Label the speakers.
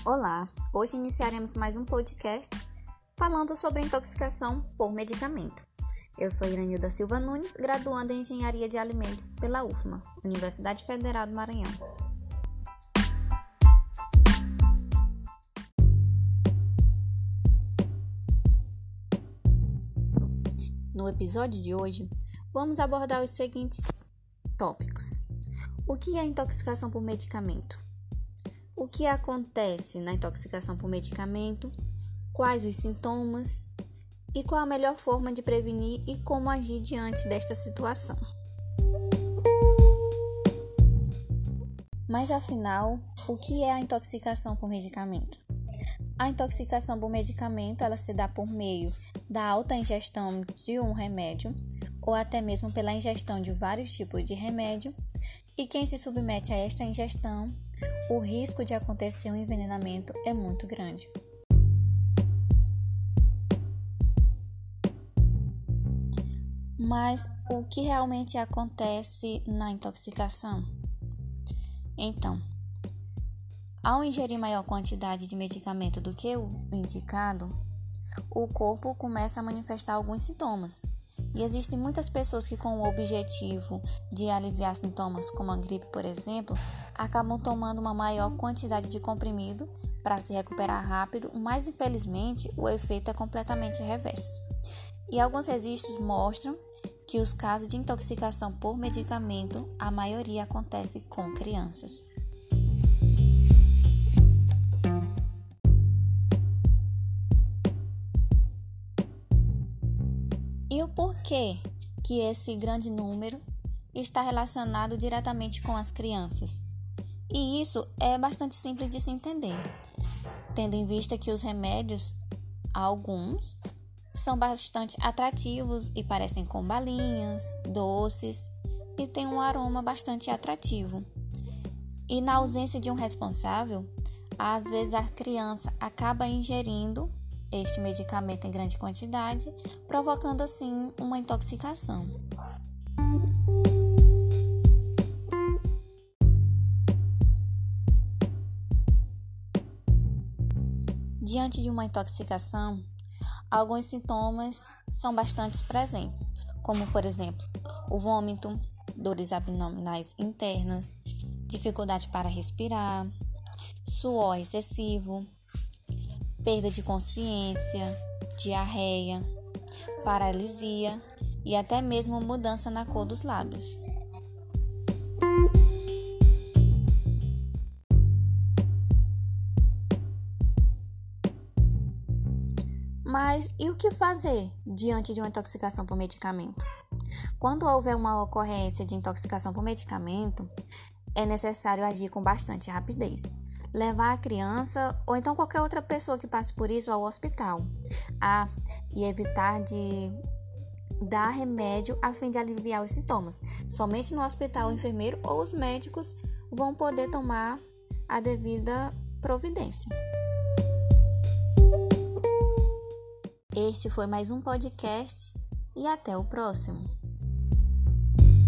Speaker 1: Olá, hoje iniciaremos mais um podcast falando sobre intoxicação por medicamento. Eu sou Iranilda Silva Nunes, graduanda em Engenharia de Alimentos pela UFMA, Universidade Federal do Maranhão. No episódio de hoje, vamos abordar os seguintes tópicos. O que é intoxicação por medicamento? O que acontece na intoxicação por medicamento? Quais os sintomas? E qual a melhor forma de prevenir e como agir diante desta situação? Mas afinal, o que é a intoxicação por medicamento? A intoxicação por medicamento ela se dá por meio da alta ingestão de um remédio ou até mesmo pela ingestão de vários tipos de remédio. E quem se submete a esta ingestão, o risco de acontecer um envenenamento é muito grande. Mas o que realmente acontece na intoxicação? Então, ao ingerir maior quantidade de medicamento do que o indicado, o corpo começa a manifestar alguns sintomas. E existem muitas pessoas que, com o objetivo de aliviar sintomas, como a gripe, por exemplo, acabam tomando uma maior quantidade de comprimido para se recuperar rápido, mas infelizmente o efeito é completamente reverso. E alguns registros mostram que os casos de intoxicação por medicamento, a maioria acontece com crianças. E o porquê que esse grande número está relacionado diretamente com as crianças? E isso é bastante simples de se entender, tendo em vista que os remédios, alguns, são bastante atrativos e parecem com balinhas, doces e têm um aroma bastante atrativo. E na ausência de um responsável, às vezes a criança acaba ingerindo este medicamento em grande quantidade, provocando assim uma intoxicação. Diante de uma intoxicação, alguns sintomas são bastante presentes, como por exemplo, o vômito, dores abdominais internas, dificuldade para respirar, suor excessivo, perda de consciência, diarreia, paralisia e até mesmo mudança na cor dos lábios. Mas e o que fazer diante de uma intoxicação por medicamento? Quando houver uma ocorrência de intoxicação por medicamento, é necessário agir com bastante rapidez. Levar a criança ou então qualquer outra pessoa que passe por isso ao hospital. E evitar de dar remédio a fim de aliviar os sintomas. Somente no hospital o enfermeiro ou os médicos vão poder tomar a devida providência. Este foi mais um podcast e até o próximo.